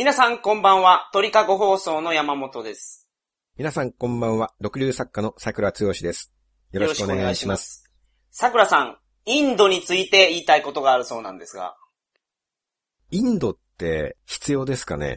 皆さんこんばんは。鳥かご放送の山本です。 皆さんこんばんは。独立作家の桜剛です。よろしくお願いします。 桜さん、インドについて言いたいことがあるそうなんですが。 インドって必要ですかね？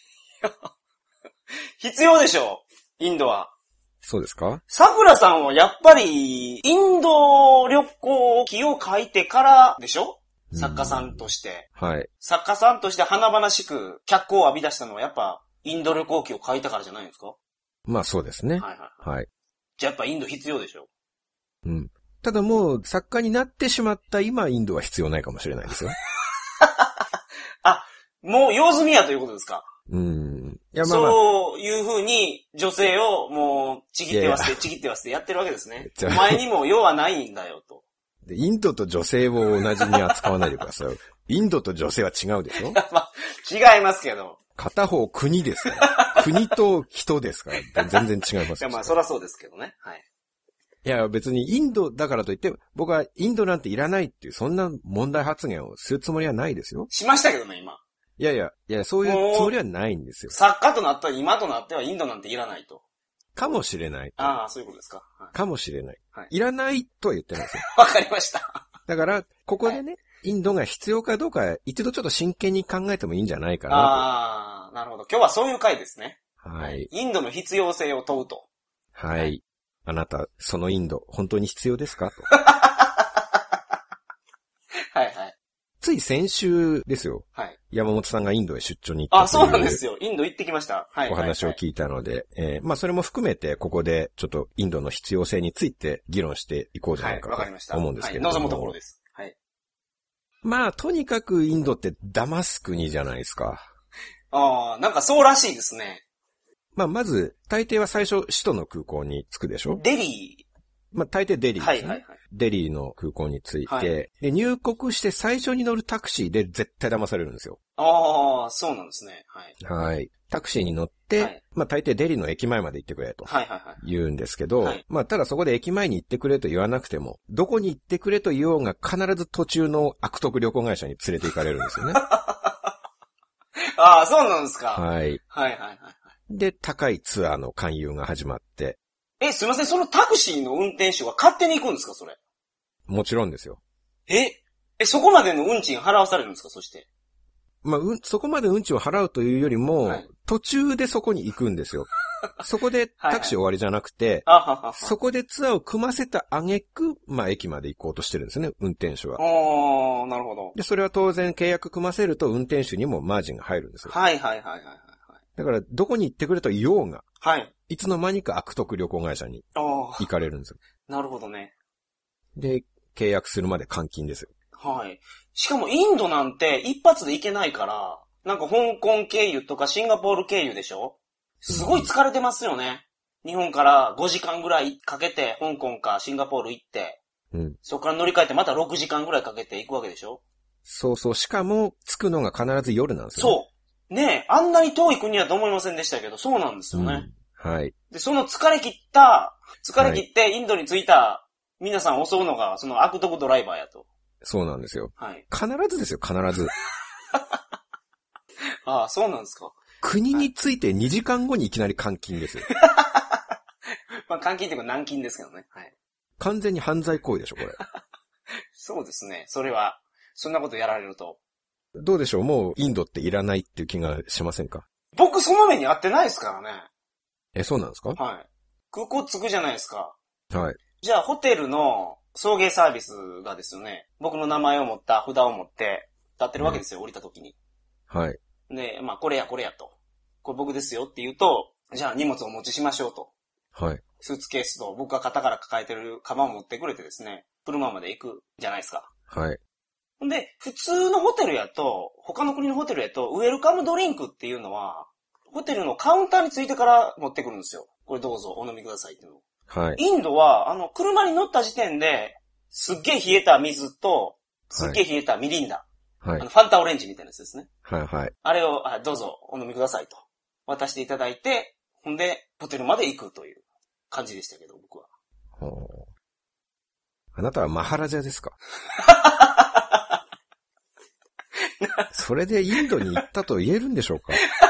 必要でしょう、インドは。 そうですか？ 桜さんはやっぱり、インド旅行記を書いてからでしょ？作家さんとして。 はい。 作家さんとして華々しく脚光を浴び出したのはやっぱ、インド旅行記を書いたからじゃないんですか？ まあそうですね。 はいはい。 はい。 じゃあやっぱインド必要でしょ？ うん。ただもう作家になってしまった今インドは必要ないかもしれないですよ。 あ、もう用済みやということですか？ いやまあまあ、そういう風に女性をもうちぎっては捨て、ちぎっては捨てやってるわけですね。お前にも用はないんだよと。 でインドと女性を同じに扱わないでください。インドと女性は違うでしょ？ まあ、違いますけど。 片方国ですから。国と人ですから。全然違います。 いやまあそらそうですけどね。はい。 いや別にインドだからといって僕はインドなんていらないっていうそんな問題発言をするつもりはないですよ。 しましたけどね今。 いやそういうつもりはないんですよ。 作家となった今となってはインドなんていらないと。 かもしれない。 ああ、そういうことですか。 はい、かもしれない。 はい。 いらないとは言ってないですよ。 わかりました。 だから、ここでね、はい、インドが必要かどうか、一度ちょっと真剣に考えてもいいんじゃないかなと。 ああ、なるほど。今日はそういう回ですね。 はい。 インドの必要性を問うと。 はい。はい、あなた、そのインド、本当に必要ですかと。 はいはい。 つい先週ですよ。 はい。 山本さんがインドへ出張に行ったという。 あ、そうなんですよ。インド行ってきました。はい。 お話を聞いたので、まあそれも含めて、ここでちょっとインドの必要性について議論していこうじゃないかと思うんですけれども。 はい、望むところです。はい。 まあ、とにかくインドって騙す国じゃないですか。 ああ、なんかそうらしいですね。 まあ、まず、大抵は最初、首都の空港に着くでしょ？ デリー。 まあ、大抵デリーですね。 はいはいはい。 デリーの空港に着いて、 はい、 で、入国して最初に乗るタクシーで絶対騙されるんですよ。 ああ、そうなんですね。 はい。はい。タクシーに乗って、はい、まあ、大抵デリーの駅前まで行ってくれと。 はいはいはい。 言うんですけど、 はい、 まあ、ただそこで駅前に行ってくれと言わなくても、どこに行ってくれと言おうが必ず途中の悪徳旅行会社に連れて行かれるんですよね。 ああ、そうなんですか。 はい。はいはいはいはい。 で、高いツアーの勧誘が始まって。 すいません、そのタクシーの運転手は勝手に行くんですか、それ。 もちろんですよ。 そこまでの運賃払わされるんですか、そして。 まあ、そこまで運賃を払うというよりも、はい、途中でそこに行くんですよ。そこでタクシー終わりじゃなくて、そこでツアーを組ませた挙句、まあ、駅まで行こうとしてるんですよね、運転手は。 ああ、なるほど。 で、それは当然契約組ませると運転手にもマージンが入るんですよ。 はいはいはいはい。 だから、どこに行ってくれと言おうが、 はい。 いつの間にか悪徳旅行会社に行かれるんですよ。 なるほどね。 で、契約するまで監禁ですよ。 はい。しかもインドなんて一発で行けないから、なんか香港経由とかシンガポール経由でしょ？すごい疲れてますよね。日本から5時間ぐらいかけて香港かシンガポール行って、そこから乗り換えてまた6時間ぐらいかけて行くわけでしょ？ そうそう。しかも、着くのが必ず夜なんですよね。 そう。ねえ、あんなに遠い国だと思いませんでしたけど、そうなんですよね。 はい。 で、その疲れ切ってインドに着いた皆さんを襲うのが、その悪徳ドライバーやと。 そうなんですよ。 はい。 必ずですよ、必ず。 ああ、そうなんですか。 国に着いて2時間後にいきなり監禁ですよ。 まあ、監禁っていうか軟禁ですけどね。はい。 完全に犯罪行為でしょ、これ。 そうですね。それは、そんなことやられると。 どうでしょう、もうインドっていらないっていう気がしませんか？ 僕その目に遭ってないですからね。 そうなんですか？ はい。空港着くじゃないですか。 はい。 じゃあホテルの送迎サービスがですよね、僕の名前を持った札を持って立ってるわけですよ、降りた時に。 はい。 で、まあこれやと。これ僕ですよって言うと、じゃあ荷物をお持ちしましょうと。 はい。 スーツケースと僕が肩から抱えてるカバンを持ってくれてですね、車まで行くじゃないですか。 はい。 で、普通のホテルやと、他の国のホテルやと、ウェルカムドリンクっていうのは、ホテルのカウンターに着いてから持ってくるんですよ。これどうぞお飲みくださいっていうの。 はい。 インドは、車に乗った時点で、すっげえ冷えた水と、すっげえ冷えたミリンダ。 はい。 ファンタオレンジみたいなやつですね。 はいはい。 あれを、どうぞお飲みくださいと。渡していただいて、ほんで、ホテルまで行くという感じでしたけど、僕は。 あなたはマハラジャですか？それでインドに行ったと言えるんでしょうか？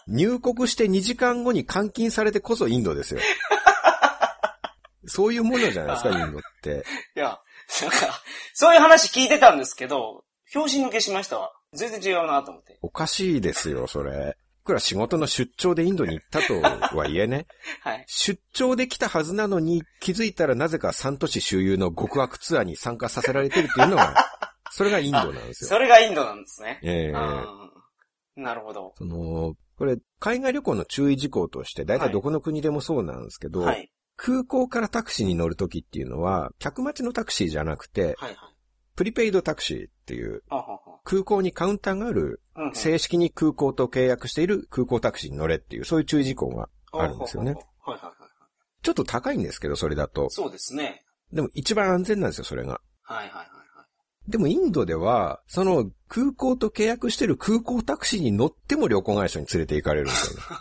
入国して2時間後に監禁されてこそインドですよ。そういうものじゃないですか、インドって。 いや、なんか、そういう話聞いてたんですけど、拍子抜けしましたわ。全然違うなと思って。 おかしいですよ、それ。いくら仕事の出張でインドに行ったとはいえね。 はい。 出張で来たはずなのに気づいたらなぜか3都市周遊の極悪ツアーに参加させられてるっていうのが、それがインドなんですよ。 それがインドなんですね。なるほど。 これ、海外旅行の注意事項として、だいたいどこの国でもそうなんですけど、はい、空港からタクシーに乗るときっていうのは、客待ちのタクシーじゃなくて、はいはい、プリペイドタクシーっていう、空港にカウンターがある、正式に空港と契約している空港タクシーに乗れっていう、そういう注意事項があるんですよね。ちょっと高いんですけど、それだと。 そうですね。 でも一番安全なんですよ、それが。 はいはいはい。 でもインドでは、その空港と契約してる空港タクシーに乗っても旅行会社に連れて行かれるんですよね。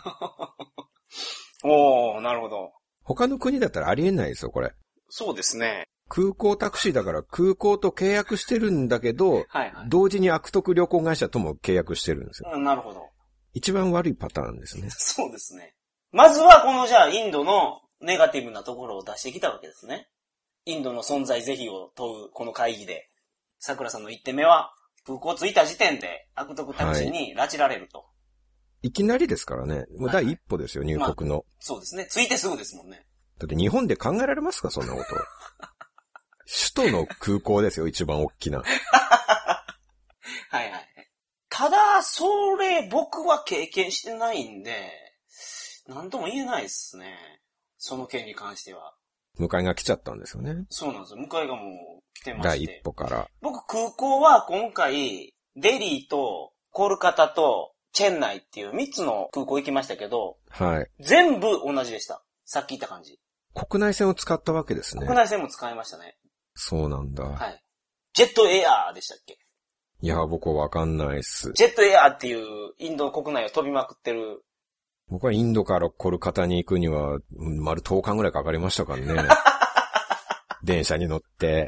おー、なるほど。 他の国だったらありえないですよ、これ。 そうですね。 空港タクシーだから空港と契約してるんだけど、はいはい、同時に悪徳旅行会社とも契約してるんですよ。 なるほど。 一番悪いパターンですね。 そうですね。まずはこのじゃあインドのネガティブなところを出してきたわけですね。インドの存在是非を問うこの会議で。桜さんの1点目は、空港着いた時点で悪徳タクシーに拉致られると。 いきなりですからね。もう第一歩ですよ、入国の、 そうですね。着いてすぐですもんね。 だって日本で考えられますか、そんなこと。首都の空港ですよ、一番大きな。 はいはい。ただ、それ僕は経験してないんで、なんとも言えないですね。その件に関しては。 迎えが来ちゃったんですよね。 そうなんですよ。迎えがもう来てまして。 第一歩から。 僕空港は今回、デリーとコルカタとチェンナイっていう3つの空港行きましたけど、 はい。 全部同じでした。さっき言った感じ。 国内線を使ったわけですね。 国内線も使いましたね。 そうなんだ。 はい。ジェットエアーでしたっけ？ いや、僕はわかんないっす。 ジェットエアーっていうインド国内を飛びまくってる。 僕はインドからコルカタに行くには、丸10日ぐらいかかりましたからね。電車に乗って。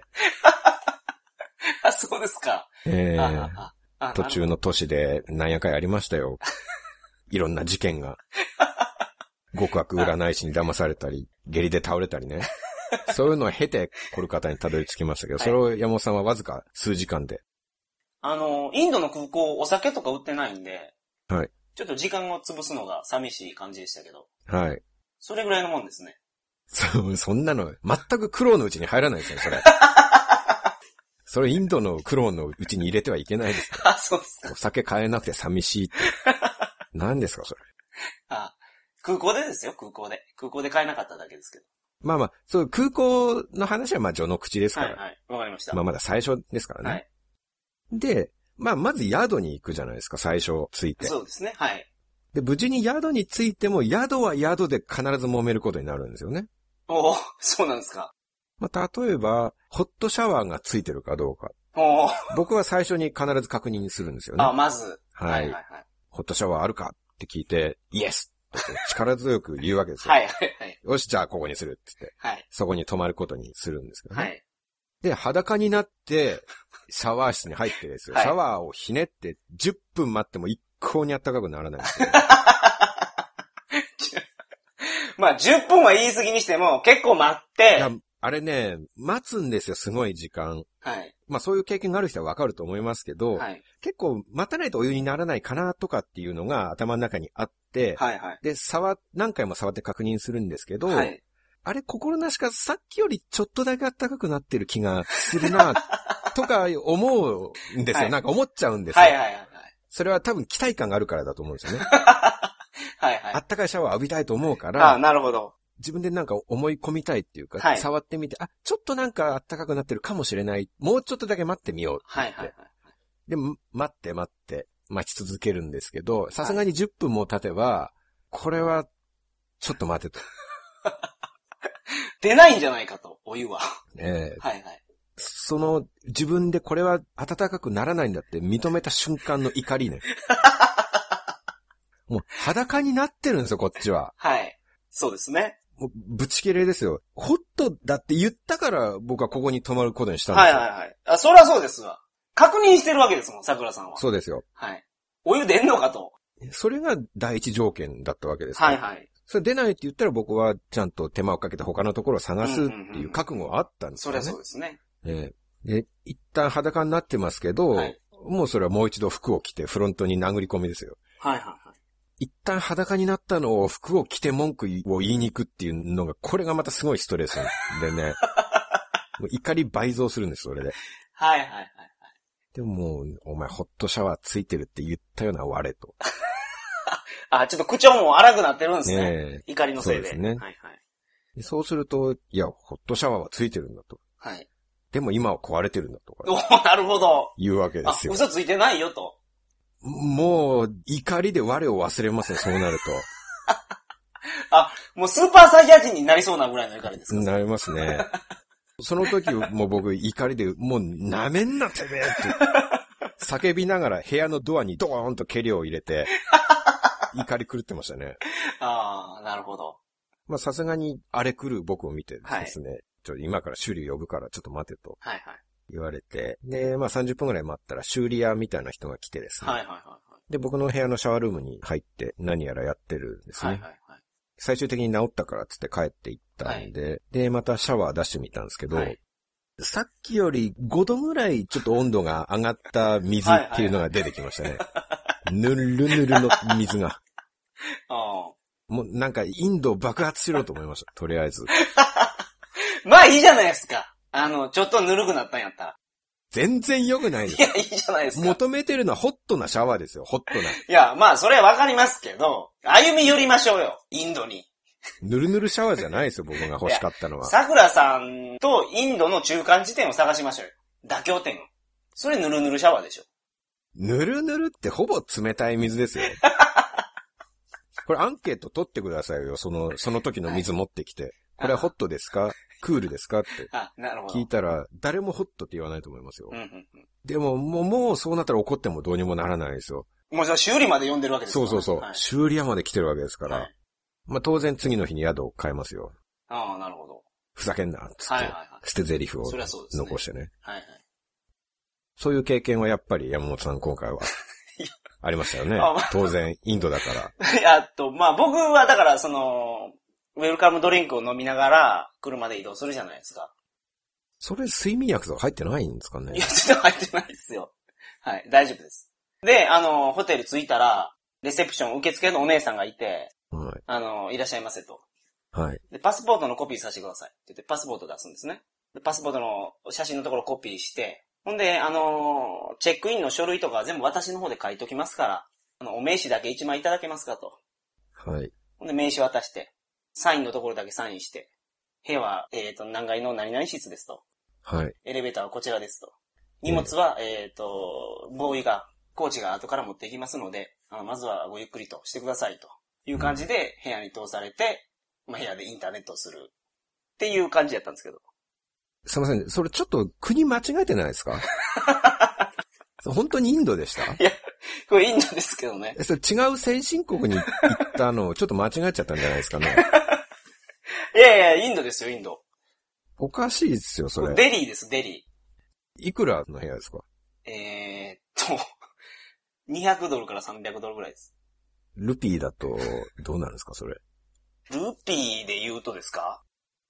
あ、そうですか。 途中の都市でなんやかんやありましたよ。いろんな事件が。極悪占い師に騙されたり、下痢で倒れたりね。そういうのを経てコルカタにたどり着きましたけど、それを山本さんはわずか数時間で。 インドの空港お酒とか売ってないんで、 はい。 ちょっと時間を潰すのが寂しい感じでしたけど。 はい。 それぐらいのもんですね。 そんなの、全く苦労のうちに入らないですよ、それ。それインドの苦労のうちに入れてはいけないです、ね。 あ、そうですか。 お酒買えなくて寂しいって。何ですか、それ。 空港でですよ、空港で。空港で買えなかっただけですけど。 まあまあ、そう、空港の話は序の口ですから。 はいはい。わかりました。 まあまだ最初ですからね。はい。で、まず宿に行くじゃないですか、最初着いて。 そうですね、はい。 で、無事に宿に着いても、宿は宿で必ず揉めることになるんですよね。 おー、そうなんですか。 まあ、例えば、ホットシャワーがついてるかどうか。僕は最初に必ず確認するんですよね。 まず。 はい。ホットシャワーあるかって聞いて、イエスって力強く言うわけですよ。 はいはいはい。 よし、じゃあここにするって言って。 はい。 そこに泊まることにするんですけどね。 はい。 で、裸になって、シャワー室に入ってですよ。はい、シャワーをひねって10分待っても一向に暖かくならないんですよ。 まあ10分は言い過ぎにしても結構待って。 いや、あれね、待つんですよ、すごい時間。 はい。 まあそういう経験がある人はわかると思いますけど、はい、結構待たないとお湯にならないかなとかっていうのが頭の中にあって、 はいはい。 で、何回も触って確認するんですけど、はい、あれ、心なしかさっきよりちょっとだけ暖かくなってる気がするな、とか思うんですよ、はい。なんか思っちゃうんですよ。 はいはいはい。 それは多分期待感があるからだと思うんですよね。 はいはい。 あったかいシャワー浴びたいと思うから。 なるほど。 自分でなんか思い込みたいっていうか、はい、触ってみて、ちょっとなんか暖かくなってるかもしれない。もうちょっとだけ待ってみようって言って。はいはいはい。で、待って待ち続けるんですけど、さすがに10分も経てば、これは、ちょっと待てと。 出ないんじゃないかと、お湯は。 はいはい。 自分でこれは暖かくならないんだって認めた瞬間の怒りね。もう裸になってるんですよ、こっちは。 はい。そうですね。 もうぶち切れですよ。ホットだって言ったから僕はここに泊まることにしたんですよ。 はい。そりゃそうですわ。確認してるわけですもん、桜さんは。 そうですよ。 はい。お湯出んのかと。 それが第一条件だったわけですか。 はいはい。 それ出ないって言ったら僕はちゃんと手間をかけて他のところを探すっていう覚悟はあったんですよね。 そりゃそうですね。 で、一旦裸になってますけど、はい、もうそれはもう一度服を着てフロントに殴り込みですよ。 はいはいはい。 一旦裸になったのを服を着て文句を言いに行くっていうのが、これがまたすごいストレスでね。もう怒り倍増するんです、それで。 はいはいはい。 でももう、お前ホットシャワーついてるって言ったような我と。 あ、ちょっと口調も荒くなってるんですね。怒りのせいで。 そうですね。 はいはい。 そうすると、いや、ホットシャワーはついてるんだと。 はい。 でも今は壊れてるんだとか。 なるほど。 言うわけですよ。 嘘ついてないよと。 もう、怒りで我を忘れますね、そうなると。 もうスーパーサイヤ人になりそうなぐらいの怒りですか？ なりますね。その時も僕怒りで、もう舐めんなてめえって叫びながら部屋のドアにドーンと蹴りを入れて、怒り狂ってましたね。 なるほど。 まあさすがに荒れ狂う僕を見てですね、はい、ちょっと今から修理呼ぶからちょっと待てと。はいはい。言われて、で、まあ30分くらい待ったら修理屋みたいな人が来てですね。はいはいはい。で、僕の部屋のシャワールームに入って何やらやってるんですね。はいはいはい。最終的に治ったからっつって帰っていったんで、はい、で、またシャワー出してみたんですけど、はい、さっきより5度ぐらいちょっと温度が上がった水っていうのが出てきましたね。ぬるぬるの水が。もうなんかインドを爆発しろと思いました。とりあえず。 まあいいじゃないですか。ちょっとぬるくなったんやったら。 全然良くないです。 いや、いいじゃないですか。 求めてるのはホットなシャワーですよ、ホットな。 いや、まあそれはわかりますけど、歩み寄りましょうよ、インドに。 ぬるぬるシャワーじゃないですよ、僕が欲しかったのは。 桜さんとインドの中間地点を探しましょうよ。妥協点を。それぬるぬるシャワーでしょ。 ぬるぬるってほぼ冷たい水ですよ。これアンケート取ってくださいよ、その時の水持ってきて。これはホットですか？クールですかって聞いたら、誰もホットって言わないと思いますよ。でも、もうそうなったら怒ってもどうにもならないですよ。 もうじゃあ修理まで呼んでるわけですからね。 そう、はい、修理屋まで来てるわけですから。はい、まあ当然次の日に宿を変えますよ。 なるほど。 ふざけんな、つって、捨て台詞を残してね。はいはい。そういう経験はやっぱり山本さん今回はありましたよね。当然、インドだから。 まあ僕はだからウェルカムドリンクを飲みながら車で移動するじゃないですか。 それ睡眠薬とか入ってないんですかね？ いや、ちょっと入ってないですよ。はい、大丈夫です。で、ホテル着いたら、レセプション受付のお姉さんがいて、はい、いらっしゃいませと。はい。で、パスポートのコピーさせてくださいって言ってパスポート出すんですね。で、パスポートの写真のところコピーして、ほんで、チェックインの書類とか全部私の方で書いときますから、お名刺だけ1枚いただけますかと。はい。ほんで、名刺渡して、サインのところだけサインして、部屋は、何階の何々室ですと。はい。エレベーターはこちらですと。荷物は、コーチが後から持っていきますので、まずはごゆっくりとしてくださいという感じで部屋に通されて、まあ、部屋でインターネットをするっていう感じやったんですけど。 すいません、それちょっと国間違えてないですか？本当にインドでした？ いや、これインドですけどね。 それ違う先進国に行ったのをちょっと間違えちゃったんじゃないですかね。 いやいや、インドですよ、インド。 おかしいですよ、それ。 デリーです、デリー。いくらの部屋ですか ？$200から$300ぐらいです。 ルピーだと、どうなんですか、それ。 ルピーで言うとですか？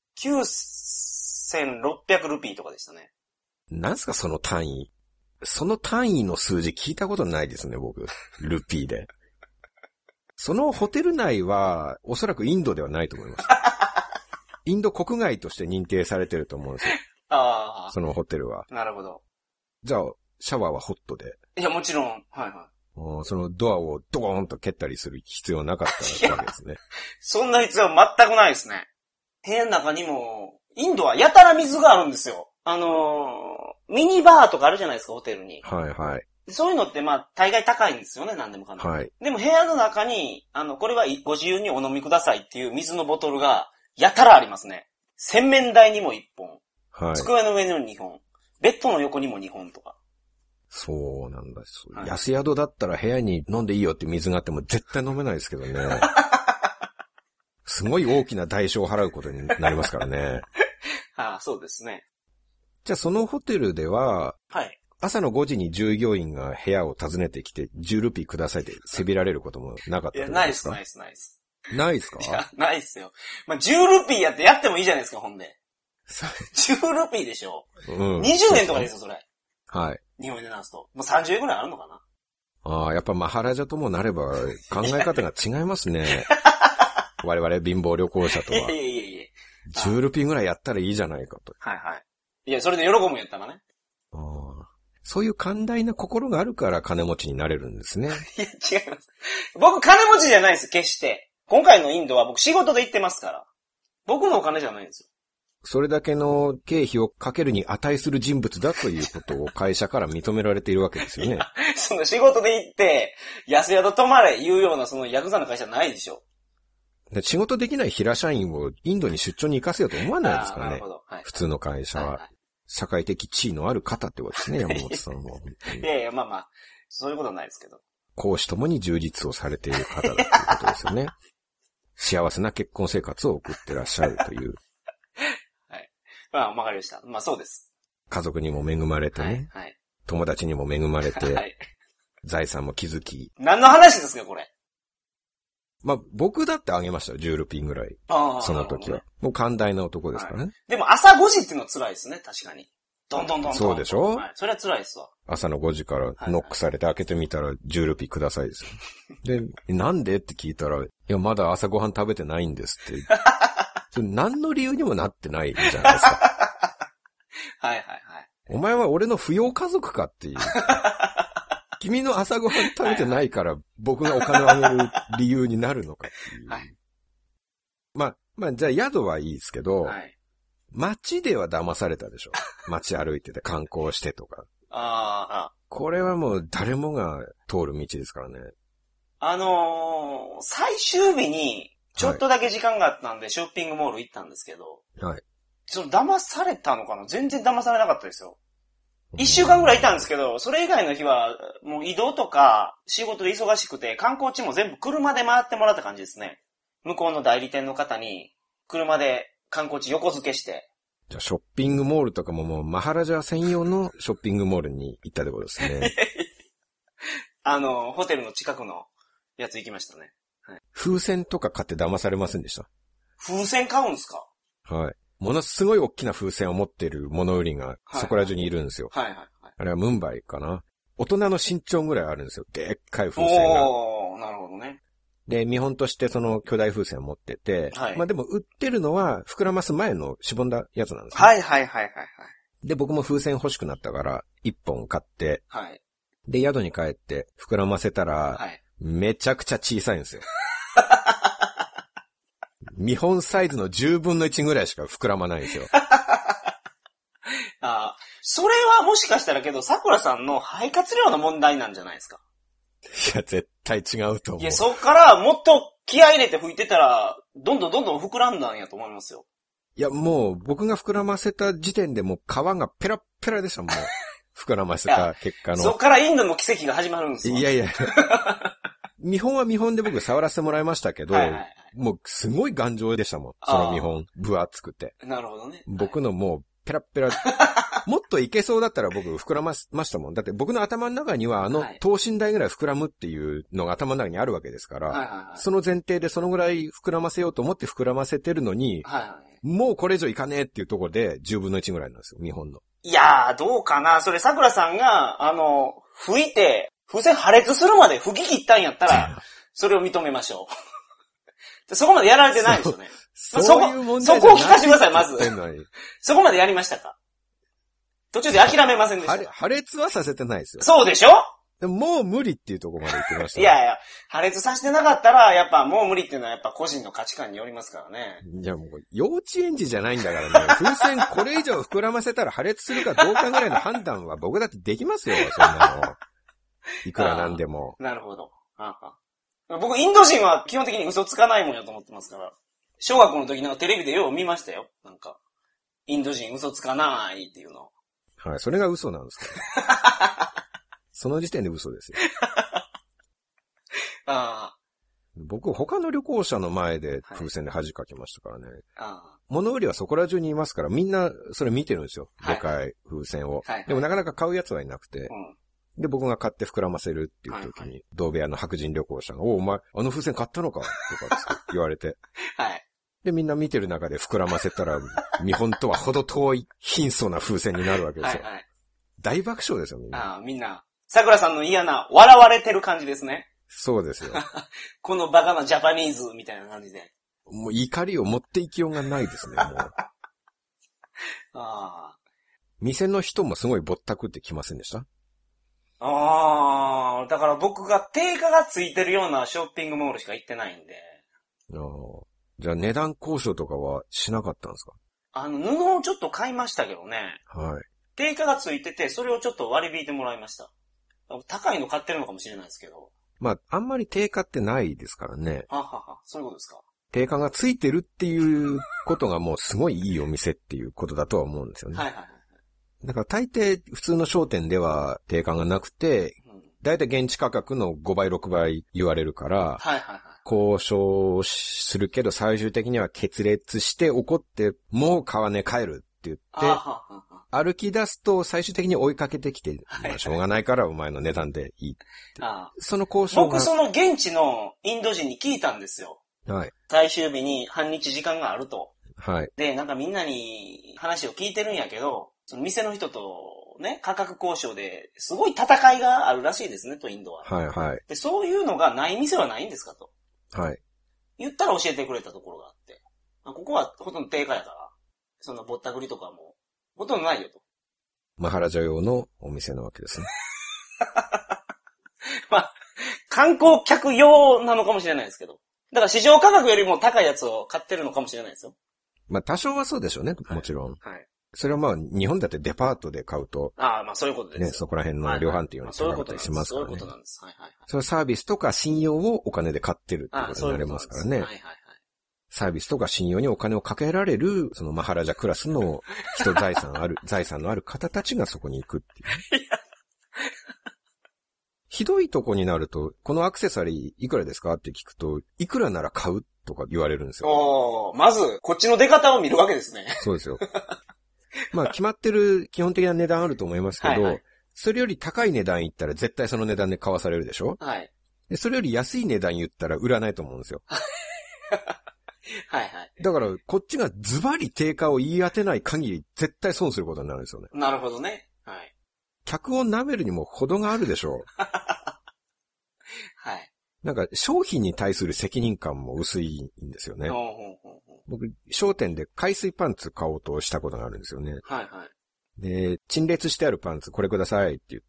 9,600 ルピーとかでしたね。 なんすか、その単位。その単位の数字聞いたことないですね、僕。ルピーで。そのホテル内は、おそらくインドではないと思います。インド国外として認定されてると思うんですよ。ああ。そのホテルは。 なるほど。 じゃあ、シャワーはホットで。 いや、もちろん。はいはい。 そのドアをドーンと蹴ったりする必要なかったわけですね。 そんな必要は全くないですね。部屋の中にも、インドはやたら水があるんですよ。ミニバーとかあるじゃないですか、ホテルに。はいはい。そういうのってまあ、大概高いんですよね、何でもかんでも。はい。でも部屋の中に、これはご自由にお飲みくださいっていう水のボトルが、やたらありますね。洗面台にも1本。はい。机の上にも2本。ベッドの横にも2本とか。 そうなんだ。はい、安宿だったら部屋に飲んでいいよって水があっても絶対飲めないですけどね。すごい大きな代償を払うことになりますからね。 ああ、そうですね。 じゃあそのホテルでは、はい。 朝の5時に従業員が部屋を訪ねてきて、10ルピーくださいってせびられることもなかったですか？いや、 ないっす。 ないっすか？ いや、ないっすよ。まあ、10ルピーやってもいいじゃないですか、ほんで。10ルピーでしょ。うん。20年とかですよ、それ。 はい。 日本円で直すと。もう30円ぐらいあるのかな？ ああ、やっぱマハラジャともなれば考え方が違いますね。我々貧乏旅行者とは。 いや。 10ルピーぐらいやったらいいじゃないかと。 はいはい。いや、それで喜ぶんやったらね。 ああ。そういう寛大な心があるから金持ちになれるんですね。 いや、違います。僕金持ちじゃないです、決して。今回のインドは僕仕事で行ってますから。僕のお金じゃないんですよ。 それだけの経費をかけるに値する人物だということを会社から認められているわけですよね。 その仕事で行って、安宿泊まれ言うようなそのヤクザの会社ないでしょ。 で仕事できない平社員をインドに出張に行かせようと思わないですからね。 なるほど。はい、 普通の会社は、はいはい。社会的地位のある方ってことですね、山本さんは。 いやいや、まあ、そういうことはないですけど。 公私ともに充実をされている方だということですよね。幸せな結婚生活を送ってらっしゃるという。 はい。まあ、わかりました。まあ、そうです。 家族にも恵まれてね。はい。はい、友達にも恵まれて。はい。財産も築き。 何の話ですか、これ。 まあ、僕だってあげましたよ、10ルピンぐらい。その時は。ね、もう寛大な男ですからね。はい、 でも朝5時っていうのは辛いですね、確かに。どんどん。 そうでしょ？ はい。それは辛いですわ。 朝の5時からノックされて開けてみたら10ルピーくださいですよ。で、なんでって聞いたら、いや、まだ朝ごはん食べてないんですって。それ何の理由にもなってないじゃないですか。 はい。 お前は俺の扶養家族かっていう。君の朝ごはん食べてないから僕がお金をあげる理由になるのかっていう。はい。まあ、じゃあ宿はいいですけど、はい、街では騙されたでしょ。街歩いてて観光してとか。これはもう誰もが通る道ですからね。 最終日にちょっとだけ時間があったんで、ショッピングモール行ったんですけど、はい。騙されたのかな？全然騙されなかったですよ。1週間ぐらいいたんですけど、それ以外の日はもう移動とか仕事で忙しくて、観光地も全部車で回ってもらった感じですね。向こうの代理店の方に車で観光地横付けして。 じゃあショッピングモールとかももうマハラジャ専用のショッピングモールに行ったってことですね。 ホテルの近くのやつ行きましたね。 はい、風船とか買って騙されませんでした？ 風船買うんですか？ はい。ものすごい大きな風船を持っている物売りがそこら中にいるんですよ。はい。あれはムンバイかな。大人の身長ぐらいあるんですよ。でっかい風船が。 なるほどね。 で、見本としてその巨大風船を持ってて、はい、まあでも売ってるのは膨らます前のしぼんだやつなんですね。 はい。 で、僕も風船欲しくなったから1本買って、はい。で、宿に帰って膨らませたら、はい、めちゃくちゃ小さいんですよ。見本サイズの10分の1ぐらいしか膨らまないんですよ。 それはもしかしたらけど、桜さんの肺活量の問題なんじゃないですか？ いや、絶対違うと思う。 いや、そっからもっと気合い入れて吹いてたら、どんどん膨らんだんやと思いますよ。 いや、もう、僕が膨らませた時点でもう皮がペラッペラでしたもん。膨らませた結果の。 そっからインドの奇跡が始まるんですよ。 いや。見本は見本で僕触らせてもらいましたけど、もうすごい頑丈でしたもん。その見本。分厚くて。 なるほどね。 僕のもう、ペラッペラ。もっといけそうだったら僕膨らましたもん。だって僕の頭の中には等身大ぐらい膨らむっていうのが頭の中にあるわけですから、その前提でそのぐらい膨らませようと思って膨らませてるのに、もうこれ以上いかねえっていうところで10分の1ぐらいなんですよ、日本の。いやー、どうかな。それ桜さんが、吹いて、風船破裂するまで吹き切ったんやったら、それを認めましょう。そこまでやられてないですよね。 そういう問題じゃない。 そこを聞かせてください、まず。そこまでやりましたか？途中で諦めませんでしたか？ 破裂はさせてないですよ。 そうでしょ？ でももう無理っていうところまで言ってました、 ね。いや、破裂させてなかったら、やっぱもう無理っていうのはやっぱ個人の価値観によりますからね。 いやもう幼稚園児じゃないんだからね。風船これ以上膨らませたら破裂するかどうかぐらいの判断は僕だってできますよ、そんなの。いくらなんでも。 なるほど。僕インド人は基本的に嘘つかないもんやと思ってますから。小学校の時なんかテレビでよう見ましたよ。なんか、インド人嘘つかないっていうの。 はい、それが嘘なんですか？その時点で嘘ですよ。 僕、他の旅行者の前で風船で恥かきましたからね。物売りはそこら中にいますから、みんなそれ見てるんですよ。でかい風船を。でもなかなか買うやつはいなくて。で、僕が買って膨らませるっていう時に、同部屋の白人旅行者が、お前、あの風船買ったのかとか言われて。で、みんな見てる中で膨らませたら、見本とは程遠い貧相な風船になるわけですよ。大爆笑ですよ、みんな。 みんな。桜さんの嫌な、笑われてる感じですね。 そうですよ。 このバカなジャパニーズみたいな感じで。 もう怒りを持っていきようがないですね、もう。店の人もすごいぼったくってきませんでした？ だから僕が定価がついてるようなショッピングモールしか行ってないんで。 じゃあ値段交渉とかはしなかったんですか？ 布をちょっと買いましたけどね。定価がついてて、それをちょっと割り引いてもらいました。高いの買ってるのかもしれないですけど。 まあ、あんまり定価ってないですからね。 そういうことですか。 定価がついてるっていうことがもうすごいいいお店っていうことだとは思うんですよね。だから大抵普通の商店では定価がなくて、だいたい現地価格の5倍6倍言われるから、交渉するけど最終的には決裂して怒ってもう買わね帰るって言って、歩き出すと最終的に追いかけてきて、しょうがないからお前の値段でいいって。その交渉が。 僕その現地のインド人に聞いたんですよ。最終日に半日時間があると。で、なんかみんなに話を聞いてるんやけど、その店の人とね、価格交渉ですごい戦いがあるらしいですねと、インドは。で、そういうのがない店はないんですかと。言ったら教えてくれたところがあって。ここはほとんど定価やから、そんなぼったくりとかもほとんどないよと。 マハラジャ用のお店なわけですね。 まあ、観光客用なのかもしれないですけど。だから市場価格よりも高いやつを買ってるのかもしれないですよ。 まあ多少はそうでしょうね、もちろん。それはまあ日本だってデパートで買うと。 まあそういうことです。 ね、そこら辺の量販店より高かったりしますからね。 そういうことなんです。 それサービスとか信用をお金で買ってるってことになりますからね。サービスとか信用にお金をかけられる、そのマハラジャクラスの財産のある方たちがそこに行くっていう。ひどいとこになると、このアクセサリーいくらですかって聞くと、いくらなら買うとか言われるんですよ。 まず、こっちの出方を見るわけですね。 そうですよ。まあ決まってる基本的な値段あると思いますけど、それより高い値段言ったら絶対その値段で買わされるでしょ？で、それより安い値段言ったら売らないと思うんですよ。だから、こっちがズバリ定価を言い当てない限り、絶対損することになるんですよね。 なるほどね。 客を舐めるにも程があるでしょう。なんか、商品に対する責任感も薄いんですよね。僕、商店で海水パンツ買おうとしたことがあるんですよね。で、陳列してあるパンツこれくださいって言って、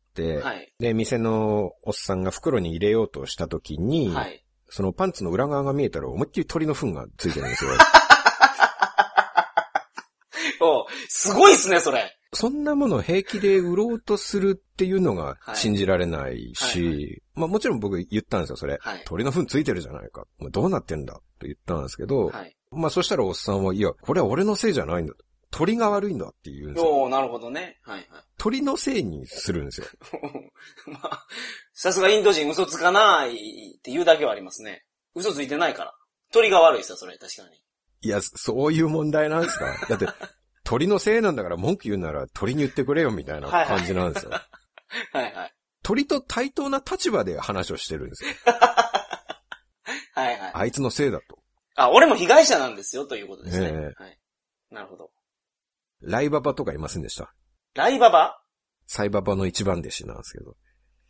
で、店のおっさんが袋に入れようとした時に、そのパンツの裏側が見えたら思いっきり鳥の糞がついてるんですよ。 すごいっすね、それ。 そんなものを平気で売ろうとするっていうのが信じられないし、まあもちろん僕言ったんですよ、それ。鳥の糞ついてるじゃないか。どうなってんだって言ったんですけど、まあそしたらおっさんは、いや、これは俺のせいじゃないんだと。鳥が悪いんだって言うんですよ。 なるほどね。 鳥のせいにするんですよ。 まあ、さすがインド人嘘つかないって言うだけはありますね。嘘ついてないから。鳥が悪いですよ、それ、確かに。 いや、そういう問題なんですか？だって、鳥のせいなんだから文句言うなら鳥に言ってくれよみたいな感じなんですよ。鳥と対等な立場で話をしてるんですよ。あいつのせいだと。 俺も被害者なんですよ、ということですね。なるほど。 ライババとかいませんでした？ ライババ？ サイババの一番弟子なんですけど。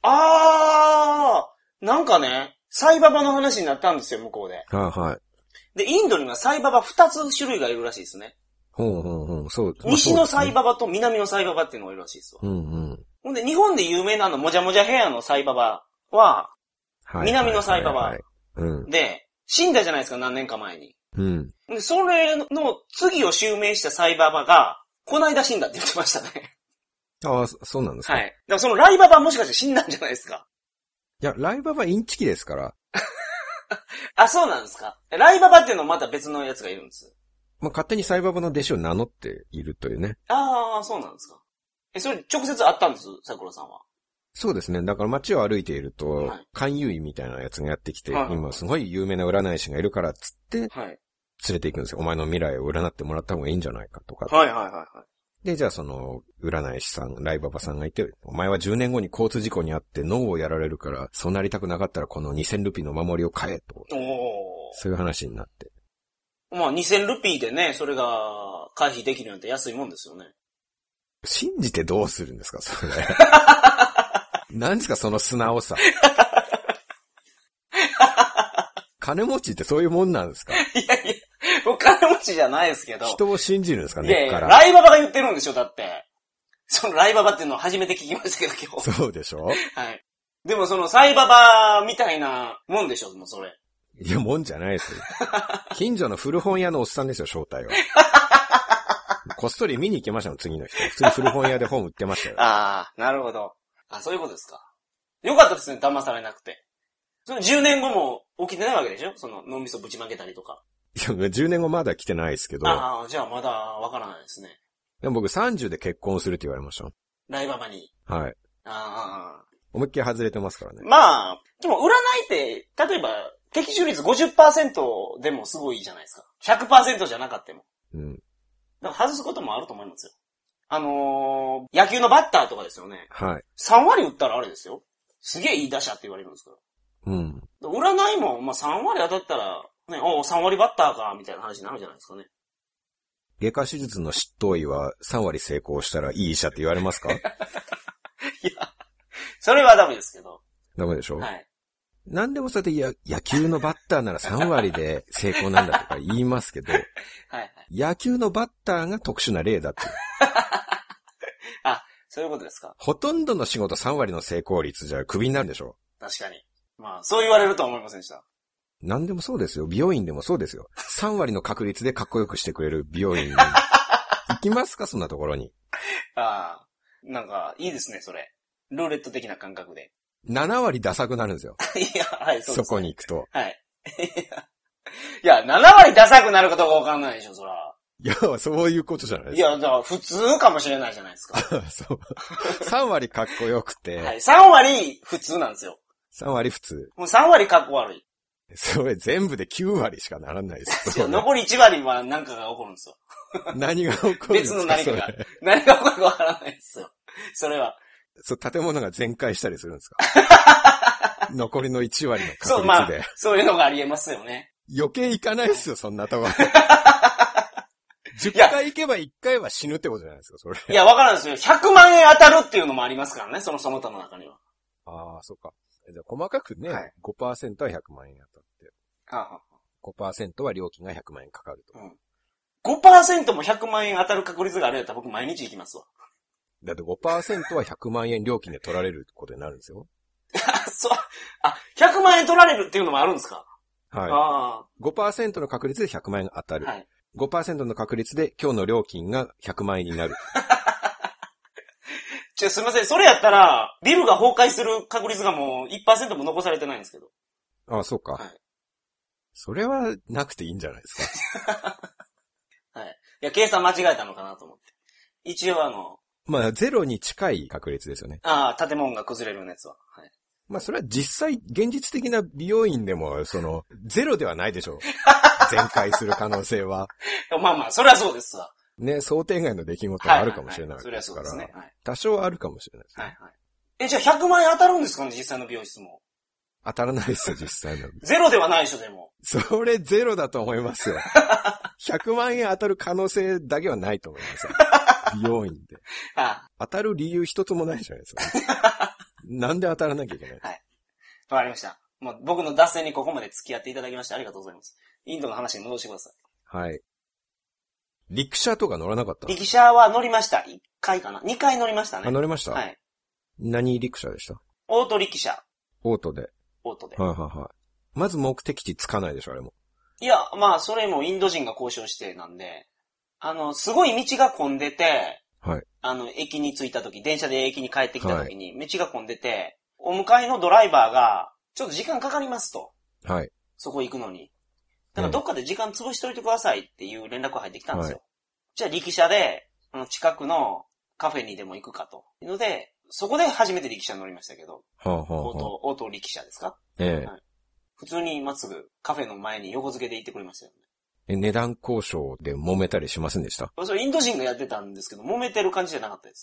なんかね、サイババの話になったんですよ、向こうで。で、インドにはサイババ2つ種類がいるらしいですね。 そう。 西のサイババと南のサイババっていうのがいるらしいですわ。ほんで、日本で有名なもじゃもじゃヘアのサイババは、南のサイババで、死んだじゃないですか、何年か前に。で、それの次を襲名したサイババが、この間死んだって言ってましたね。 そうなんですか。 だからそのライババもしかして死んだんじゃないですか。 いや、ライババインチキですから。 そうなんですか。ライババっていうのもまた別のやつがいるんです。 まあ、勝手にサイババの弟子を名乗っているというね。 そうなんですか。それ直接会ったんです、桜さんは。 そうですね。だから街を歩いていると、勧誘員みたいなやつがやってきて、今すごい有名な占い師がいるからっつって、連れて行くんですよ。お前の未来を占ってもらった方がいいんじゃないかとか。で、じゃあその、占い師さん、ライババさんがいて、お前は10年後に交通事故にあって脳をやられるから、そうなりたくなかったらこの2000ルピーの守りを買えと。そういう話になって。 まあ2000ルピーでね、それが回避できるなんて安いもんですよね。 信じてどうするんですか、それ。何ですか、その素直さ。金持ちってそういうもんなんですか？ いやいや、お金持ちじゃないですけど。 人を信じるんですかね。いやいや、 ライババが言ってるんでしょ、だって。そのライババっていうのを初めて聞きましたけど、今日。 そうでしょ？ はい。でもそのサイババみたいなもんでしょ、もうそれ。 いや、もんじゃないですよ。近所の古本屋のおっさんですよ、正体は。こっそり見に行きましたよ、次の人。普通に古本屋で本売ってましたよ。 ああ、なるほど。あ、そういうことですか。よかったですね、騙されなくて。その10年後も起きてないわけでしょ？その脳みそぶちまけたりとか。 いや、10年後まだ来てないですけど。 ああ、じゃあまだわからないですね。 でも僕30で結婚するって言われました。 ライババに。 はい。 ああ。 思いっきり外れてますからね。 まあ、でも占いって、例えば、的中率 50% でもすごいじゃないですか。100% じゃなかったも。 うん。 だから外すこともあると思いますよ。野球のバッターとかですよね。 はい。 3割打ったらあれですよ。すげえいい打者って言われるんですから。 うん。 占いも、まあ3割当たったら、ね、3割バッターか、みたいな話になるじゃないですかね。 外科手術の執刀医は3割成功したらいい医者って言われますか？いや、 それはダメですけど。 ダメでしょ？ はい。 なんでもそうやって野球のバッターなら3割で成功なんだとか言いますけど、はいはい、野球のバッターが特殊な例だって。 あ、そういうことですか。 ほとんどの仕事3割の成功率じゃクビになるでしょ。 確かに。まあ、そう言われるとは思いませんでした。 なんでもそうですよ。美容院でもそうですよ。3割の確率でかっこよくしてくれる美容院に行きますか、そんなところに。 ああ、なんか、いいですね、それ。ルーレット的な感覚で。 7割ダサくなるんですよ。 いや、はい、そうです、ね。 そこに行くと。 はい。いや、7割ダサくなることがわかんないでしょ、そら。 いや、そういうことじゃないですか。いや、だから普通かもしれないじゃないですか。 そう。3割かっこよくて。 はい、3割普通なんですよ。 3割普通。 もう3割かっこ悪い。 それ全部で9割しかならないですよ。 残り1割は何かが起こるんですよ。 何が起こるんですか？ 別の何かが。何が起こるかわからないですよ。それは。 そう、建物が全壊したりするんですか？残りの1割の確率で。そう、 まあ、そういうのがありえますよね。 余計行かないっすよ、そんなとこ。10回行けば1回は死ぬってことじゃないですか、それ。 いや、わからんですよ。100万円当たるっていうのもありますからね、その他の中には。 ああ、そっか。じゃあ細かくね、はい、5% は100万円当たって。5% は料金が100万円かかると。 5% も100万円当たる確率があるやったら僕毎日行きますわ。 だって 5% は100万円料金で取られることになるんですよ。 そう。あ、100万円取られるっていうのもあるんですか？ はい。5% の確率で100万円が当たる。はい。5% の確率で今日の料金が100万円になる。 すいません。それやったら、ビルが崩壊する確率がもう 1% も残されてないんですけど。 ああ、そうか。はい。それはなくていいんじゃないですか。 はい。いや、計算間違えたのかなと思って。一応まあ、ゼロに近い確率ですよね。 ああ、建物が崩れるやつは。はい。 まあ、それは実際、現実的な美容院でも、ゼロではないでしょう。全壊する可能性は。 まあまあ、それはそうですわ。 ね、想定外の出来事があるかもしれないですから。それはそうですね。はい、多少あるかもしれないですね。はいはい。 じゃあ100万円当たるんですかね、実際の美容室も。 当たらないですよ、実際の。 ゼロではないでしょ、でも。 それゼロだと思いますよ。100万円当たる可能性だけはないと思いますよ。美容院で。当たる理由一つもないじゃないですか。なんで当たらなきゃいけないですか。はい。 わかりました。もう僕の脱線にここまで付き合っていただきましてありがとうございます。インドの話に戻してください。 はい。陸車とか乗らなかった？ 陸車は乗りました。1回かな ?2 回乗りましたね。 あ、乗りました？ はい。 何陸車でした？ オート陸車。 オートで。 オートで。 はいはいはい。まず目的地つかないでしょ、あれも。 いや、まあ、それもインド人が交渉してなんで、すごい道が混んでて、 はい。 駅に着いた時、電車で駅に帰ってきた時に、道が混んでて、お迎えのドライバーが、ちょっと時間かかりますと。 はい。 そこ行くのに。だからどっかで時間潰しといてくださいっていう連絡が入ってきたんですよ。はい、じゃあ力車で、近くのカフェにでも行くかと。いうので、 そこで初めて力車乗りましたけど。 はあはあはあ、 オート力車ですか？ ええ、 はい。普通にまっすぐカフェの前に横付けで行ってくれましたよね。値段交渉で揉めたりしませんでした？ それインド人がやってたんですけど、揉めてる感じじゃなかったです。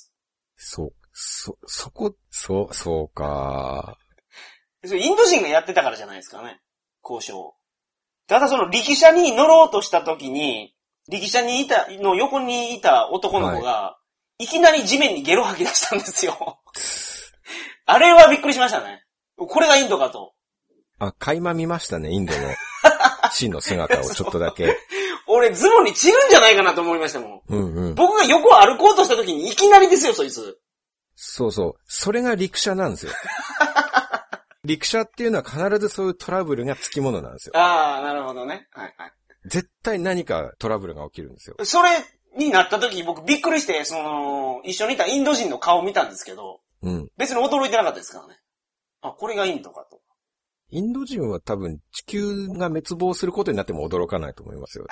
そうか。 それインド人がやってたからじゃないですかね。交渉。ただその力車に乗ろうとした時に、力車にの横にいた男の子が、はい、いきなり地面にゲロ吐き出したんですよ。あれはびっくりしましたね。これがインドかと。 垣間見ましたね、インドの真の姿をちょっとだけ。 俺ズボンに散るんじゃないかなと思いましたもん。 うんうん。 僕が横を歩こうとした時にいきなりですよ、そいつ。 そうそう。それが陸車なんですよ。陸車っていうのは必ずそういうトラブルがつきものなんですよ。 ああ、なるほどね。はいはい。 絶対何かトラブルが起きるんですよ。 それになった時僕びっくりして、一緒にいたインド人の顔を見たんですけど、 うん。 別に驚いてなかったですからね。これがインドかと。 インド人は多分地球が滅亡することになっても驚かないと思いますよ、ね。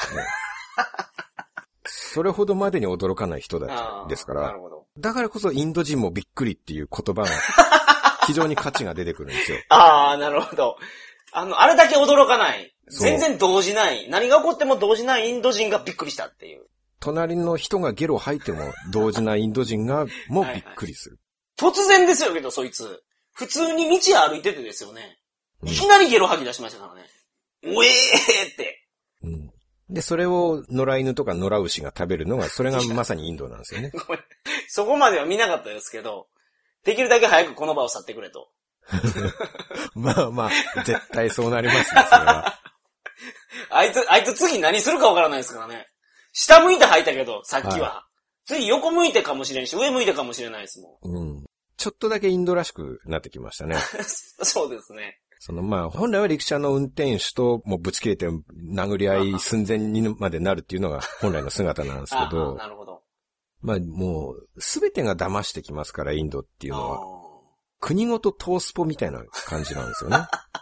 それほどまでに驚かない人たちですから。 なるほど。 だからこそインド人もびっくりっていう言葉が非常に価値が出てくるんですよ。 なるほど。あれだけ驚かない。全然動じない。何が起こっても動じないインド人がびっくりしたっていう。 隣の人がゲロ吐いても動じないインド人がもうびっくりする。 はいはい、突然ですよけど、そいつ。普通に道歩いててですよね。いきなりゲロ吐き出しましたからね。おえーって。 うん。で、それを野良犬とか野良牛が食べるのが、それがまさにインドなんですよね。 ごめん。そこまでは見なかったですけど、できるだけ早くこの場を去ってくれと。 まあまあ、絶対そうなりますね、それは。 あいつ次何するかわからないですからね。下向いて吐いたけど、さっきは。はい、次横向いてかもしれんし、上向いてかもしれないですもん。 うん。ちょっとだけインドらしくなってきましたね。 そうですね。 本来は陸車の運転手ともうぶち切れて殴り合い寸前にまでなるっていうのが本来の姿なんですけど。 なるほど。 もう、すべてが騙してきますから、インドっていうのは。国ごとトースポみたいな感じなんですよね。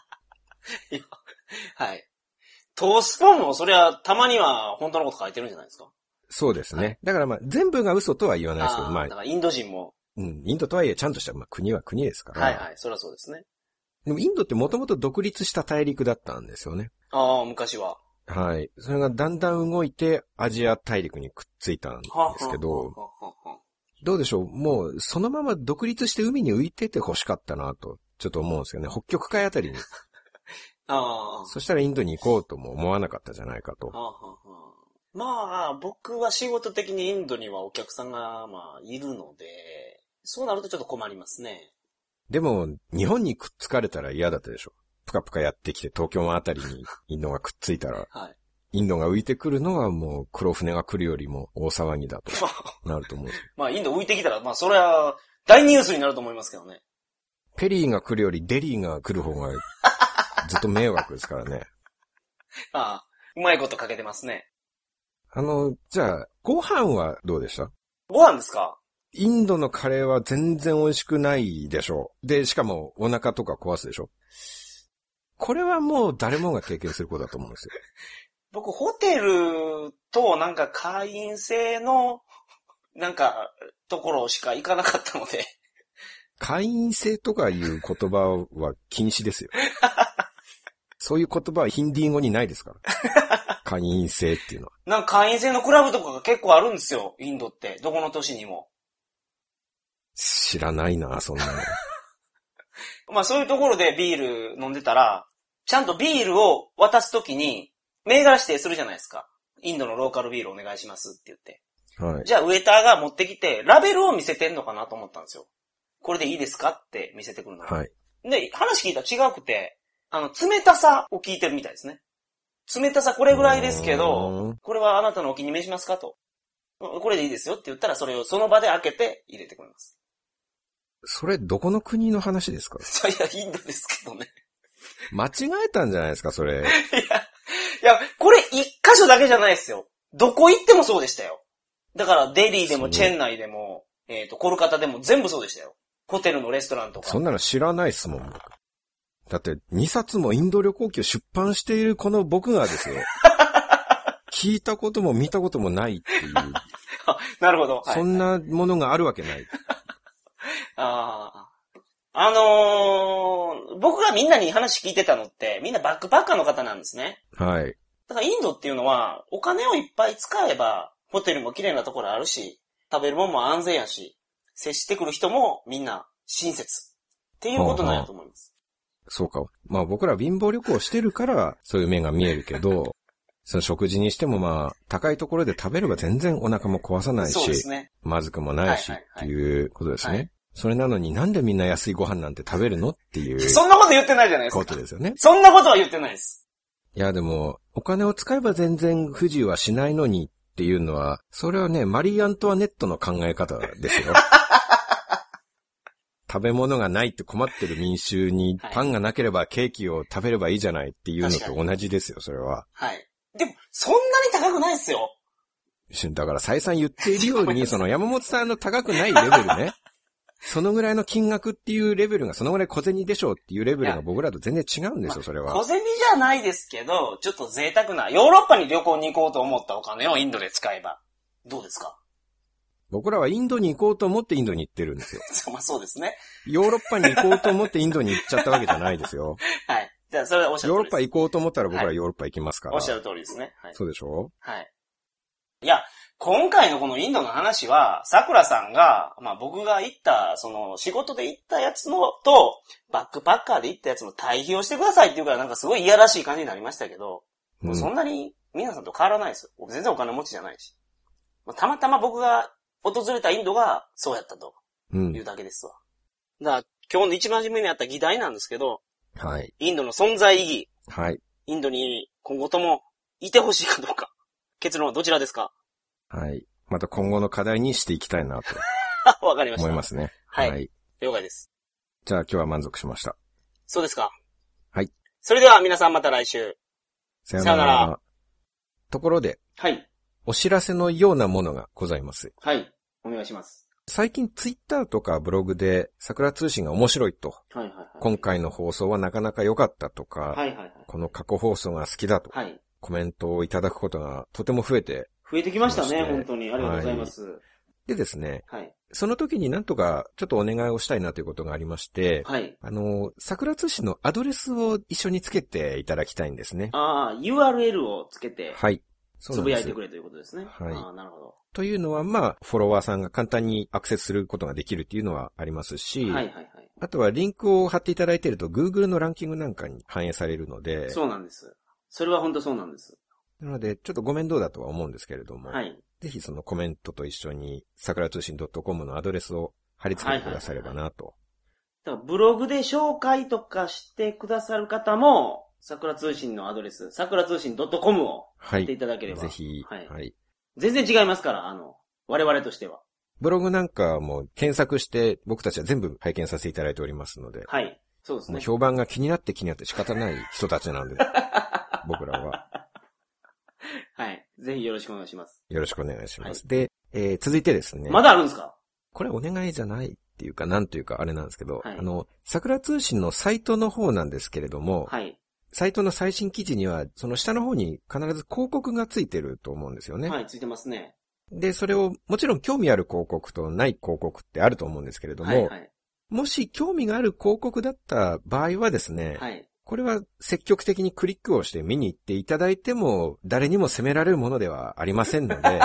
はい。トースポも、そりゃ、たまには本当のこと書いてるんじゃないですか。 そうですね。はい、だから全部が嘘とは言わないですけど、 だからインド人も。 うん、インドとはいえ、ちゃんとした、国は国ですから。 はいはい、そりゃそうですね。 でもインドってもともと独立した大陸だったんですよね。 昔は。 はい。それがだんだん動いてアジア大陸にくっついたんですけど、どうでしょう、もうそのまま独立して海に浮いてて欲しかったなと、ちょっと思うんですよね。北極海あたりに。そしたらインドに行こうとも思わなかったじゃないかと。 僕は仕事的にインドにはお客さんがいるので、そうなるとちょっと困りますね。 でも、日本にくっつかれたら嫌だったでしょ。ぷかぷかやってきて東京のあたりにインドがくっついたら、はい、インドが浮いてくるのはもう黒船が来るよりも大騒ぎだとなると思うんですよ。 インド浮いてきたら、それは大ニュースになると思いますけどね。 ペリーが来るよりデリーが来る方がずっと迷惑ですからね。 うまいことかけてますね。 じゃあ、ご飯はどうでした？ ご飯ですか？ インドのカレーは全然美味しくないでしょう。で、しかもお腹とか壊すでしょ。これはもう誰もが経験することだと思うんですよ。 僕、ホテルと会員制のところしか行かなかったので。 会員制とかいう言葉は禁止ですよ。そういう言葉はヒンディー語にないですから。会員制っていうのは。 会員制のクラブとかが結構あるんですよ。インドって。どこの都市にも。 知らないな、そんなの。そういうところでビール飲んでたら、ちゃんとビールを渡すときに、銘柄指定するじゃないですか。インドのローカルビールお願いしますって言って。 はい。 じゃあウェイターが持ってきて、ラベルを見せてんのかなと思ったんですよ。これでいいですかって見せてくるの。 はい。 で、話聞いたら違くて、冷たさを聞いてるみたいですね。冷たさこれぐらいですけど、これはあなたのお気に召しますかと。これでいいですよって言ったら、それをその場で開けて入れてくれます。 それどこの国の話ですか？ いや、インドですけどね。 間違えたんじゃないですか、それ。 いや、これ一箇所だけじゃないですよ。どこ行ってもそうでしたよ。だから、デリーでもチェンナイでも、コルカタでも全部そうでしたよ。ホテルのレストランとか。 そんなの知らないっすもん、僕。だって、2冊もインド旅行記を出版しているこの僕がですよ。聞いたことも見たこともないっていう。 なるほど。 そんなものがあるわけない。 僕がみんなに話聞いてたのって、みんなバックパッカーの方なんですね。 はい。 だからインドっていうのは、お金をいっぱい使えば、ホテルも綺麗なところあるし、食べるもんも安全やし、接してくる人もみんな親切。っていうことなんやと思います。 そうか。まあ僕ら貧乏旅行してるから、そういう面が見えるけど、その食事にしてもまあ、高いところで食べれば全然お腹も壊さないし、そうですね、まずくもないし、っていうことですね。はい、それなのになんでみんな安いご飯なんて食べるのっていう。 そんなこと言ってないじゃないですか。 ことですよね。 そんなことは言ってないです。 いやでも、お金を使えば全然不自由はしないのにっていうのは、それはね、マリー・アントワネットの考え方ですよ。食べ物がないって困ってる民衆に、パンがなければケーキを食べればいいじゃないっていうのと同じですよ、それは。 はい。でも、そんなに高くないですよ。 だから再三言っているように、その山本さんの高くないレベルね。そのぐらいの金額っていうレベルが、そのぐらい小銭でしょうっていうレベルが僕らと全然違うんですよ、それは。 小銭じゃないですけど、ちょっと贅沢な、ヨーロッパに旅行に行こうと思ったお金をインドで使えば、どうですか？ 僕らはインドに行こうと思ってインドに行ってるんですよ。 まあそうですね。 ヨーロッパに行こうと思ってインドに行っちゃったわけじゃないですよ。 はい。じゃあそれはおっしゃる通りです。 ヨーロッパ行こうと思ったら僕らヨーロッパ行きますから。 おっしゃる通りですね。 はい。そうでしょ？ はい。いや、今回のこのインドの話は、桜さんが、まあ僕が行った、その仕事で行ったやつのと、バックパッカーで行ったやつの対比をしてくださいっていうからなんかすごいいやらしい感じになりましたけど、もうそんなに皆さんと変わらないですよ。僕全然お金持ちじゃないし。まあ、たまたま僕が訪れたインドがそうやったというだけですわ。だから今日の一番初めにあった議題なんですけど、 はい。 インドの存在意義。 はい。 インドに今後ともいてほしいかどうか。結論はどちらですか？ はい。また今後の課題にしていきたいなと。 わかりました。 思いますね。 はい。はい。了解です。 じゃあ今日は満足しました。 そうですか。 はい。 それでは皆さんまた来週。 さよなら。ところで。 はい。 お知らせのようなものがございます。 はい。お願いします。 最近ツイッターとかブログで桜通信が面白いと。 はいはいはい。 今回の放送はなかなか良かったとか。 はいはいはい。 この過去放送が好きだと。はい。コメントをいただくことがとても増えてきましたね、本当に。ありがとうございます。はい、 でですね。 はい。 その時になんとかちょっとお願いをしたいなということがありまして。 はい。 桜通信のアドレスを一緒につけていただきたいんですね。 ああ、URL をつけて。 はい。 つぶやいてくれということですね。 はい。 ああ、なるほど。 というのは、まあ、フォロワーさんが簡単にアクセスすることができるっていうのはありますし、 はいはいはい。 あとはリンクを貼っていただいていると Google のランキングなんかに反映されるので、 そうなんです。それは本当そうなんです。 なので、ちょっとご面倒だとは思うんですけれども、 はい。 ぜひそのコメントと一緒に、桜通信 .com のアドレスを貼り付けてくださればなと。 だからブログで紹介とかしてくださる方も、桜通信のアドレス、桜通信 .com を貼っていただければ。 ぜひ、 はい。はい。全然違いますから、我々としては。 ブログなんかも検索して僕たちは全部拝見させていただいておりますので。 はい。そうですね。 もう評判が気になって仕方ない人たちなんで、僕らは。 はい。ぜひよろしくお願いします。 よろしくお願いします。はい、で、続いてですね。 まだあるんですか？ これお願いじゃないっていうか、なんというかあれなんですけど、はい、桜通信のサイトの方なんですけれども、 はい。 サイトの最新記事には、その下の方に必ず広告がついてると思うんですよね。 はい、ついてますね。 で、それを、もちろん興味ある広告とない広告ってあると思うんですけれども、はいはい、もし興味がある広告だった場合はですね、はい、これは積極的にクリックをして見に行っていただいても、誰にも責められるものではありませんので、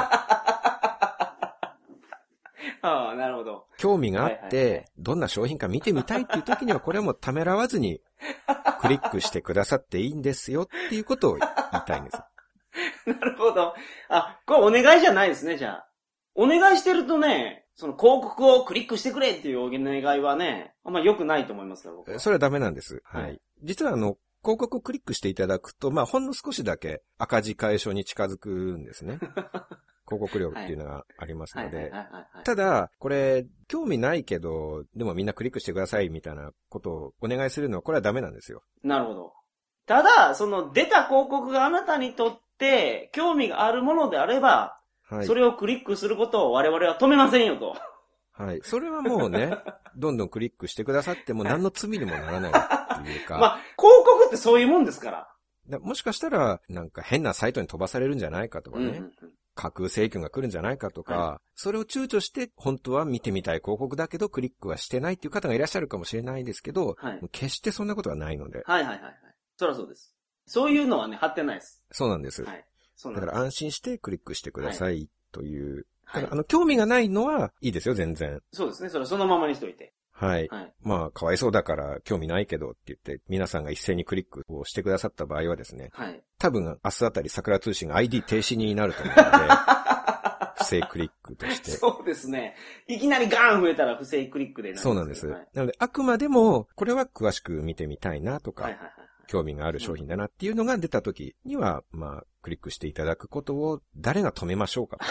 ああ、なるほど。 興味があって、どんな商品か見てみたいっていう時には、これはもうためらわずに、クリックしてくださっていいんですよっていうことを言いたいんです。 なるほど。あ、これお願いじゃないですね、じゃあ。お願いしてるとね、その広告をクリックしてくれっていうお願いはね、あんま良くないと思いますから、僕は。 それはダメなんです。はい。実は広告をクリックしていただくと、まあ、ほんの少しだけ赤字解消に近づくんですね。広告料っていうのがありますので。ただ、これ、興味ないけど、でもみんなクリックしてくださいみたいなことをお願いするのは、これはダメなんですよ。 なるほど。ただ、その出た広告があなたにとって興味があるものであれば、はい、それをクリックすることを我々は止めませんよと。 はい。それはもうね、どんどんクリックしてくださっても何の罪にもならないっていうか。 まあ、広告ってそういうもんですから。 もしかしたら、なんか変なサイトに飛ばされるんじゃないかとかね。 架空請求が来るんじゃないかとか、それを躊躇して本当は見てみたい広告だけどクリックはしてないっていう方がいらっしゃるかもしれないですけど、決してそんなことはないので。 はいはいはいはい。そりゃそうです。そういうのはね、貼ってないです。 そうなんです。 はい。 だから安心してクリックしてくださいという。はい、興味がないのはいいですよ、全然。 そうですね。それはそのままにしといて。 はい。はい、まあ、かわいそうだから興味ないけどって言って、皆さんが一斉にクリックをしてくださった場合はですね。はい。多分、明日あたり桜通信が ID 停止になると思うので、不正クリックとして。 そうですね。いきなりガーン増えたら不正クリックでなります。 そうなんです。はい、なので、あくまでも、これは詳しく見てみたいなとか、興味がある商品だなっていうのが出た時には、まあ、クリックしていただくことを誰が止めましょうか。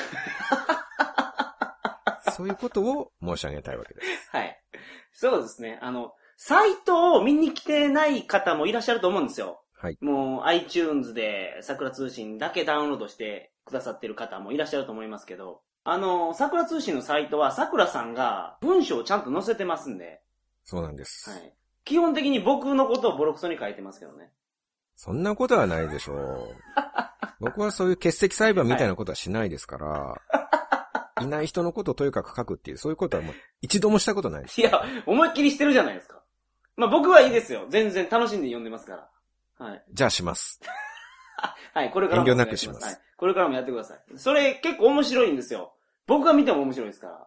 そういうことを申し上げたいわけです。 はい。そうですね。サイトを見に来てない方もいらっしゃると思うんですよ。はい。もう iTunes で桜通信だけダウンロードしてくださってる方もいらっしゃると思いますけど、桜通信のサイトは桜さんが文章をちゃんと載せてますんで。 そうなんです。 はい。基本的に僕のことをボロクソに書いてますけどね。 そんなことはないでしょう。僕はそういう欠席裁判みたいなことはしないですから、はい、いない人のことをとにかく書くっていう、そういうことはもう一度もしたことないです。 いや、思いっきりしてるじゃないですか。まあ僕はいいですよ。全然楽しんで読んでますから。はい。 じゃあします。 はい、これからも。 遠慮なくします。はい。 これからもやってください。それ結構面白いんですよ。僕が見ても面白いですから。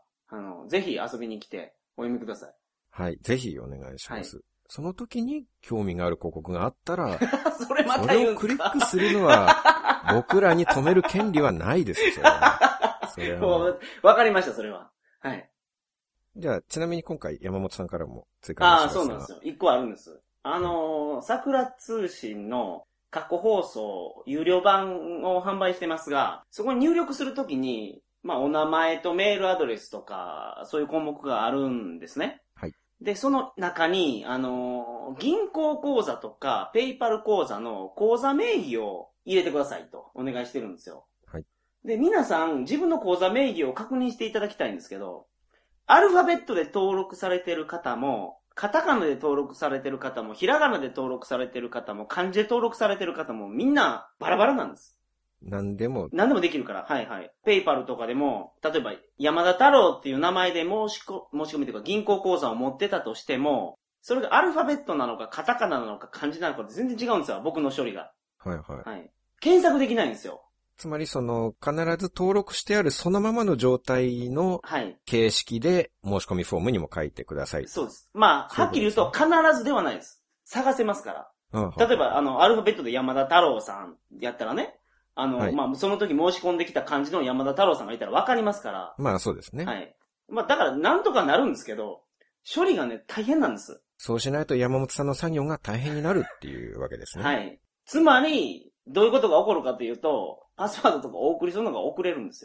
ぜひ遊びに来てお読みください。 はい、ぜひお願いします。はい、その時に興味がある広告があったら、 それまた言うんですか？ それをクリックするのは、僕らに止める権利はないですよ、それは。 わかりました、それは。はい。 じゃあ、ちなみに今回山本さんからも追加のああ、そうなんですよ。一個あるんです。桜通信の過去放送、有料版を販売してますが、そこに入力するときに、まあ、お名前とメールアドレスとか、そういう項目があるんですね。はい。で、その中に、銀行口座とか、ペイパル口座の口座名義を入れてくださいとお願いしてるんですよ。はい。で、皆さん、自分の口座名義を確認していただきたいんですけど、アルファベットで登録されている方も、カタカナで登録されている方も、ひらがなで登録されている方も、漢字で登録されている方も、みんなバラバラなんです。何でもできるから。はいはい。ペイパルとかでも、例えば山田太郎っていう名前で申し込みというか銀行口座を持ってたとしても、それがアルファベットなのかカタカナなのか漢字なのかって全然違うんですよ。僕の処理が。はいはい。はい。検索できないんですよ。 つまり必ず登録してあるそのままの状態の形式で申し込みフォームにも書いてください。 そうです。まあ、はっきり言うと必ずではないです。探せますから。例えば、アルファベットで山田太郎さんやったらね、はい、まあ、その時申し込んできた漢字の山田太郎さんがいたら分かりますから。 まあ、そうですね。 はい。まあ、だから、なんとかなるんですけど、処理がね、大変なんです。 そうしないと山本さんの作業が大変になるっていうわけですね。 はい。つまり、どういうことが起こるかというと、パスワードとかお送りするのが遅れるんですよ。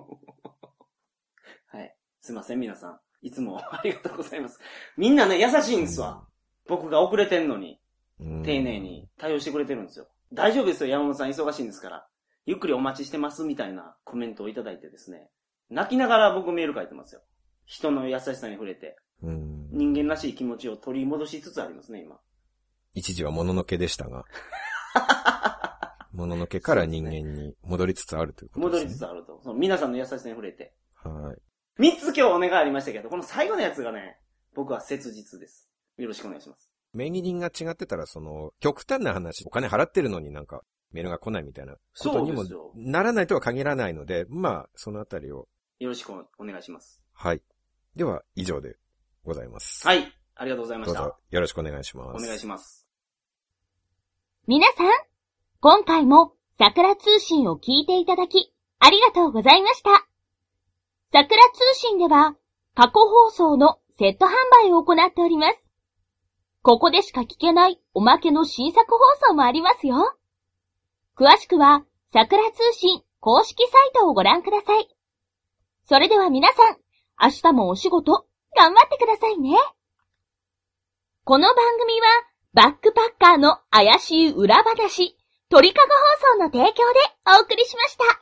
はい。すいません、皆さん。いつもありがとうございます。みんなね、優しいんですわ。僕が遅れてんのに、丁寧に対応してくれてるんですよ。大丈夫ですよ、山本さん忙しいんですから。ゆっくりお待ちしてますみたいなコメントをいただいてですね。泣きながら僕メール書いてますよ。人の優しさに触れて。人間らしい気持ちを取り戻しつつありますね、今。 一時はもののけでしたが。もののけから人間に戻りつつあるということですね。 戻りつつあると。その皆さんの優しさに触れて。 はい。 3つ今日お願いありましたけど、この最後のやつがね、僕は切実です。よろしくお願いします。 名義人が違ってたら、極端な話、お金払ってるのにメールが来ないみたいなことにもならないとは限らないので、まあ、そのあたりを。 よろしくお願いします。 はい。では、以上でございます。 はい。ありがとうございました。 どうぞよろしくお願いします。 お願いします。 皆さん、今回も桜通信を聞いていただき、ありがとうございました。桜通信では、過去放送のセット販売を行っております。ここでしか聞けないおまけの新作放送もありますよ。詳しくは、桜通信公式サイトをご覧ください。それでは皆さん、明日もお仕事、頑張ってくださいね。この番組は、バックパッカーの怪しい裏話、鳥かご放送の提供でお送りしました。